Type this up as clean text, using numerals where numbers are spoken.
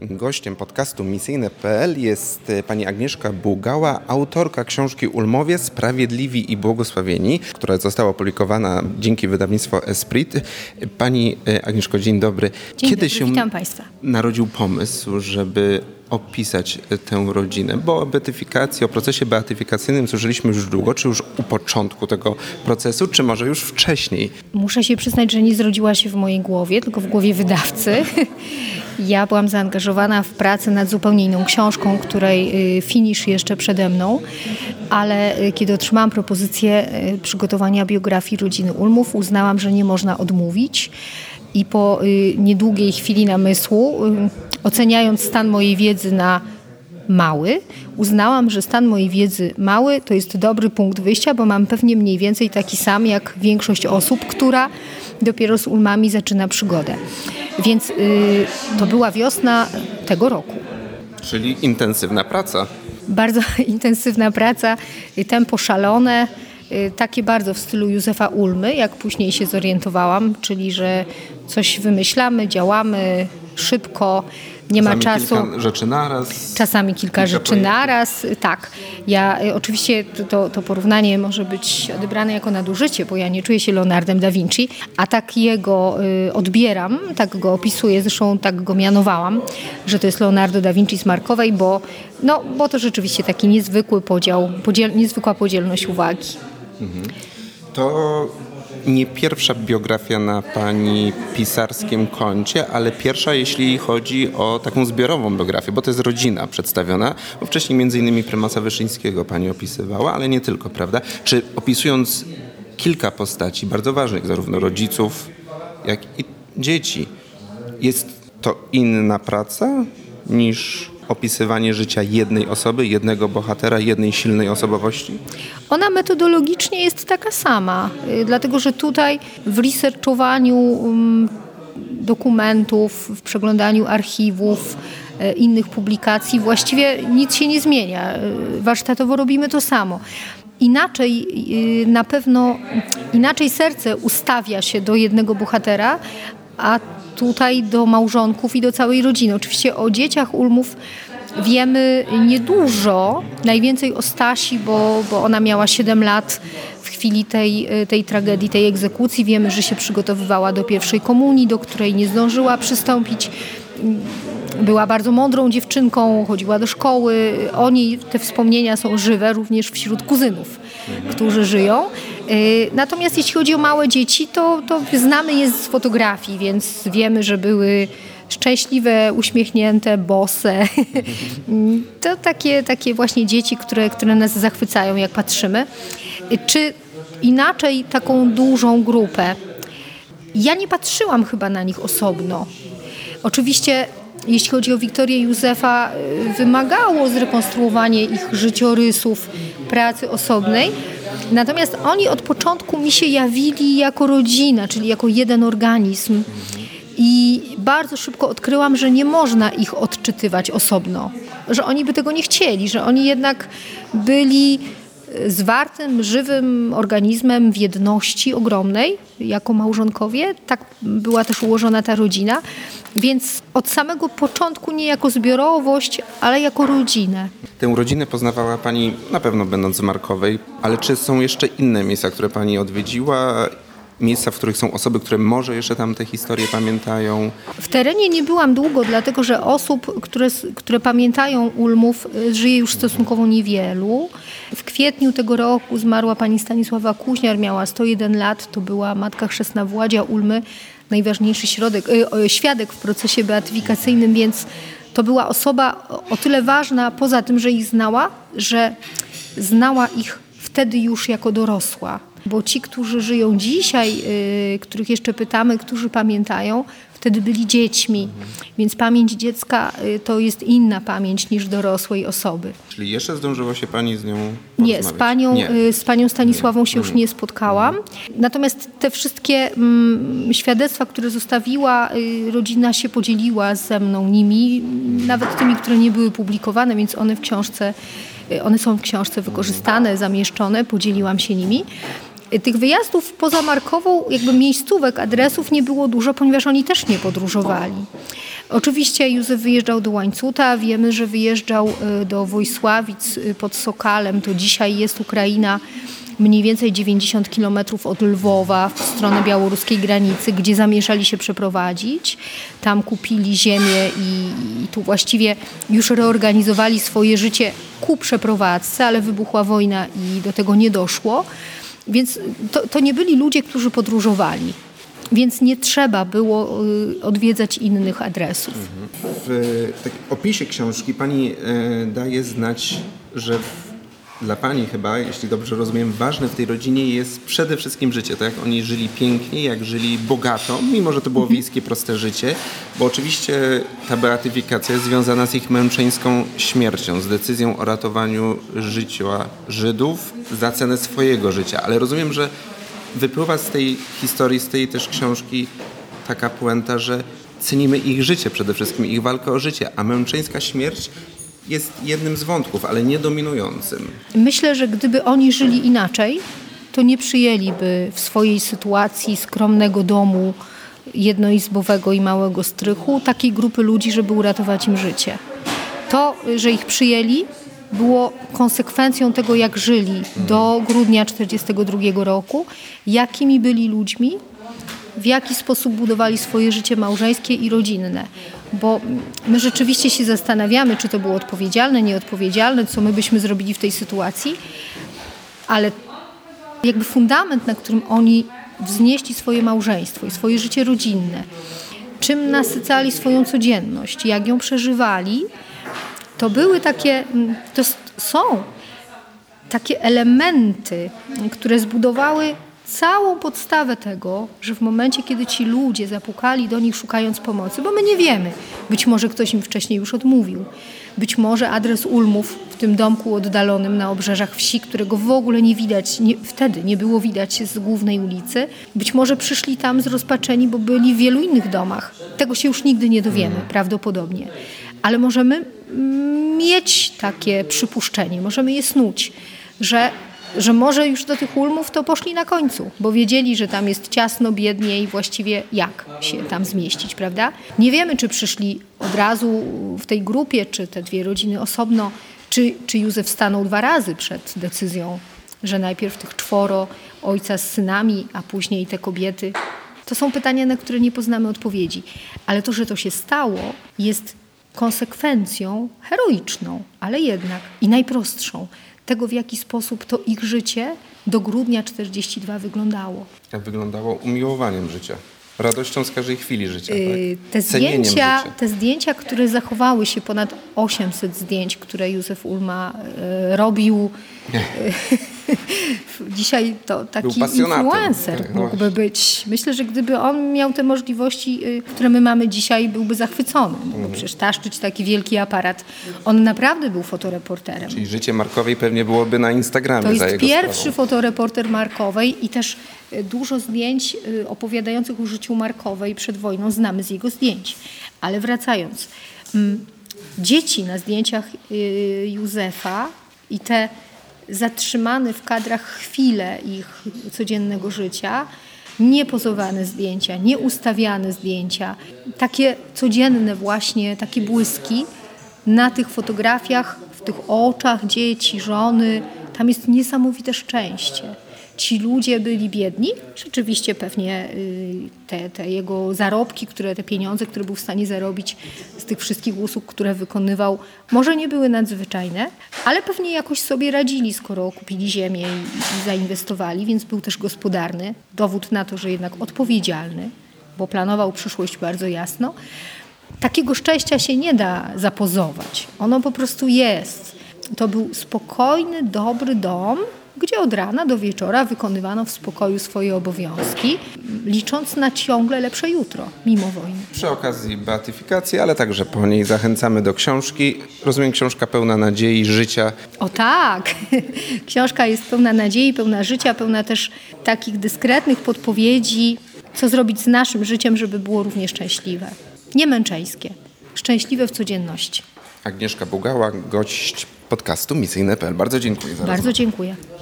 Gościem podcastu Misyjne.pl jest pani Agnieszka Bułgała, autorka książki Ulmowie Sprawiedliwi i Błogosławieni, która została opublikowana dzięki wydawnictwu Esprit. Pani Agnieszko, dzień dobry. Kiedy się witam Państwa. Narodził pomysł, żeby opisać tę rodzinę? Bo o beatyfikacji, o procesie beatyfikacyjnym słyszeliśmy już długo, czy już u początku tego procesu, czy może już wcześniej? Muszę się przyznać, że nie zrodziła się w mojej głowie, tylko w głowie wydawcy. Ja byłam zaangażowana w pracę nad zupełnie inną książką, której finisz jeszcze przede mną, ale kiedy otrzymałam propozycję przygotowania biografii rodziny Ulmów, uznałam, że nie można odmówić i po niedługiej chwili namysłu, oceniając stan mojej wiedzy na mały, uznałam, że stan mojej wiedzy mały to jest dobry punkt wyjścia, bo mam pewnie mniej więcej taki sam jak większość osób, która dopiero z Ulmami zaczyna przygodę. Więc to była wiosna tego roku. Czyli intensywna praca. Bardzo intensywna praca, tempo szalone, takie bardzo w stylu Józefa Ulmy, jak później się zorientowałam, czyli że coś wymyślamy, działamy szybko, nie ma czasu. Kilka rzeczy naraz. Czasami kilka rzeczy naraz, tak. Ja oczywiście to porównanie może być odebrane jako nadużycie, bo ja nie czuję się Leonardem da Vinci, a tak jego odbieram, tak go opisuję, zresztą tak go mianowałam, że to jest Leonardo da Vinci z Markowej, bo to rzeczywiście taki niezwykły niezwykła podzielność uwagi. To nie pierwsza biografia na pani pisarskim koncie, ale pierwsza, jeśli chodzi o taką zbiorową biografię, bo to jest rodzina przedstawiona, bo wcześniej między innymi prymasa Wyszyńskiego pani opisywała, ale nie tylko, prawda? Czy opisując kilka postaci bardzo ważnych, zarówno rodziców, jak i dzieci, jest to inna praca niż opisywanie życia jednej osoby, jednego bohatera, jednej silnej osobowości? Ona metodologicznie jest taka sama, dlatego że tutaj w researchowaniu dokumentów, w przeglądaniu archiwów, innych publikacji właściwie nic się nie zmienia. Warsztatowo robimy to samo. Inaczej, na pewno inaczej serce ustawia się do jednego bohatera, a tutaj do małżonków i do całej rodziny. Oczywiście o dzieciach Ulmów wiemy niedużo, najwięcej o Stasi, bo ona miała 7 lat w chwili tej tragedii, tej egzekucji. Wiemy, że się przygotowywała do pierwszej komunii, do której nie zdążyła przystąpić. Była bardzo mądrą dziewczynką, chodziła do szkoły. O niej te wspomnienia są żywe również wśród kuzynów, którzy żyją. Natomiast jeśli chodzi o małe dzieci, to znamy je z fotografii, więc wiemy, że były szczęśliwe, uśmiechnięte, bose. To takie właśnie dzieci, które nas zachwycają, jak patrzymy. Czy inaczej taką dużą grupę? Ja nie patrzyłam chyba na nich osobno. Oczywiście jeśli chodzi o Wiktorię i Józefa, wymagało zrekonstruowanie ich życiorysów, pracy osobnej. Natomiast oni od początku mi się jawili jako rodzina, czyli jako jeden organizm. I bardzo szybko odkryłam, że nie można ich odczytywać osobno. Że oni by tego nie chcieli, że oni jednak byli zwartym, żywym organizmem w jedności ogromnej, jako małżonkowie. Tak była też ułożona ta rodzina. Więc od samego początku nie jako zbiorowość, ale jako rodzinę. Tę rodzinę poznawała pani na pewno będąc w Markowej, ale czy są jeszcze inne miejsca, które pani odwiedziła? Miejsca, w których są osoby, które może jeszcze tam te historie pamiętają? W terenie nie byłam długo, dlatego że osób, które pamiętają Ulmów, żyje już stosunkowo niewielu. W kwietniu tego roku zmarła pani Stanisława Kuźniar, miała 101 lat. To była matka chrzestna Władzia Ulmy, najważniejszy świadek w procesie beatyfikacyjnym, więc to była osoba o tyle ważna, poza tym, że ich znała, że znała ich wtedy już jako dorosła. Bo ci, którzy żyją dzisiaj, których jeszcze pytamy, którzy pamiętają, wtedy byli dziećmi. Więc pamięć dziecka to jest inna pamięć niż dorosłej osoby. Czyli jeszcze zdążyło się pani z nią porozmawiać? Nie, z panią Stanisławą się już nie spotkałam. Natomiast te wszystkie świadectwa, które zostawiła, rodzina się podzieliła ze mną nimi, nawet tymi, które nie były publikowane, więc one są w książce wykorzystane, zamieszczone, podzieliłam się nimi. Tych wyjazdów poza Markową, jakby miejscówek, adresów nie było dużo, ponieważ oni też nie podróżowali. Oczywiście Józef wyjeżdżał do Łańcuta, wiemy, że wyjeżdżał do Wojsławic pod Sokalem, to dzisiaj jest Ukraina, mniej więcej 90 kilometrów od Lwowa w stronę białoruskiej granicy, gdzie zamierzali się przeprowadzić. Tam kupili ziemię i tu właściwie już reorganizowali swoje życie ku przeprowadzce, ale wybuchła wojna i do tego nie doszło. Więc to nie byli ludzie, którzy podróżowali. Więc nie trzeba było odwiedzać innych adresów. W opisie książki pani daje znać, że dla pani chyba, jeśli dobrze rozumiem, ważne w tej rodzinie jest przede wszystkim życie, tak? Jak oni żyli pięknie, jak żyli bogato, mimo że to było wiejskie, proste życie, bo oczywiście ta beatyfikacja jest związana z ich męczeńską śmiercią, z decyzją o ratowaniu życia Żydów za cenę swojego życia. Ale rozumiem, że wypływa z tej historii, z tej też książki taka puenta, że cenimy ich życie przede wszystkim, ich walkę o życie, a męczeńska śmierć jest jednym z wątków, ale nie dominującym. Myślę, że gdyby oni żyli inaczej, to nie przyjęliby w swojej sytuacji skromnego domu jednoizbowego i małego strychu takiej grupy ludzi, żeby uratować im życie. To, że ich przyjęli, było konsekwencją tego, jak żyli do grudnia 1942 roku, jakimi byli ludźmi, w jaki sposób budowali swoje życie małżeńskie i rodzinne. Bo my rzeczywiście się zastanawiamy, czy to było odpowiedzialne, nieodpowiedzialne, co my byśmy zrobili w tej sytuacji, ale jakby fundament, na którym oni wznieśli swoje małżeństwo i swoje życie rodzinne, czym nasycali swoją codzienność, jak ją przeżywali, to były takie, to są takie elementy, które zbudowały całą podstawę tego, że w momencie, kiedy ci ludzie zapukali do nich szukając pomocy, bo my nie wiemy, być może ktoś im wcześniej już odmówił, być może adres Ulmów w tym domku oddalonym na obrzeżach wsi, którego w ogóle nie widać, wtedy nie było widać z głównej ulicy, być może przyszli tam zrozpaczeni, bo byli w wielu innych domach. Tego się już nigdy nie dowiemy, prawdopodobnie. Ale możemy mieć takie przypuszczenie, możemy je snuć, że może już do tych Ulmów to poszli na końcu, bo wiedzieli, że tam jest ciasno, biednie i właściwie jak się tam zmieścić, prawda? Nie wiemy, czy przyszli od razu w tej grupie, czy te dwie rodziny osobno, czy Józef stanął 2 razy przed decyzją, że najpierw tych 4, ojca z synami, a później te kobiety. To są pytania, na które nie poznamy odpowiedzi. Ale to, że to się stało, jest konsekwencją heroiczną, ale jednak i najprostszą tego, w jaki sposób to ich życie do grudnia 1942 wyglądało. Jak wyglądało umiłowaniem życia, radością z każdej chwili życia, tak? Te zdjęcia, które zachowały się, ponad 800 zdjęć, które Józef Ulma robił. Dzisiaj to taki influencer mógłby być. Myślę, że gdyby on miał te możliwości, które my mamy dzisiaj, byłby zachwycony. Bo przecież taszczyć taki wielki aparat. On naprawdę był fotoreporterem. Czyli życie Markowej pewnie byłoby na Instagramie. To jest pierwszy fotoreporter Markowej i też dużo zdjęć opowiadających o życiu Markowej przed wojną znamy z jego zdjęć. Ale wracając, dzieci na zdjęciach Józefa i te zatrzymane w kadrach chwile ich codziennego życia, niepozowane zdjęcia, nieustawiane zdjęcia, takie codzienne właśnie, takie błyski na tych fotografiach, w tych oczach dzieci, żony, tam jest niesamowite szczęście. Ci ludzie byli biedni, rzeczywiście pewnie te jego zarobki, te pieniądze, które był w stanie zarobić z tych wszystkich usług, które wykonywał, może nie były nadzwyczajne, ale pewnie jakoś sobie radzili, skoro kupili ziemię i zainwestowali, więc był też gospodarny. Dowód na to, że jednak odpowiedzialny, bo planował przyszłość bardzo jasno. Takiego szczęścia się nie da zapozować. Ono po prostu jest. To był spokojny, dobry dom, gdzie od rana do wieczora wykonywano w spokoju swoje obowiązki, licząc na ciągle lepsze jutro, mimo wojny. Przy okazji beatyfikacji, ale także po niej zachęcamy do książki. Rozumiem, książka pełna nadziei, życia. O tak! Książka jest pełna nadziei, pełna życia, pełna też takich dyskretnych podpowiedzi, co zrobić z naszym życiem, żeby było równie szczęśliwe. Nie męczeńskie, szczęśliwe w codzienności. Agnieszka Bugała, gość podcastu Misyjne.pl. Bardzo dziękuję za rozmowę. Bardzo dziękuję.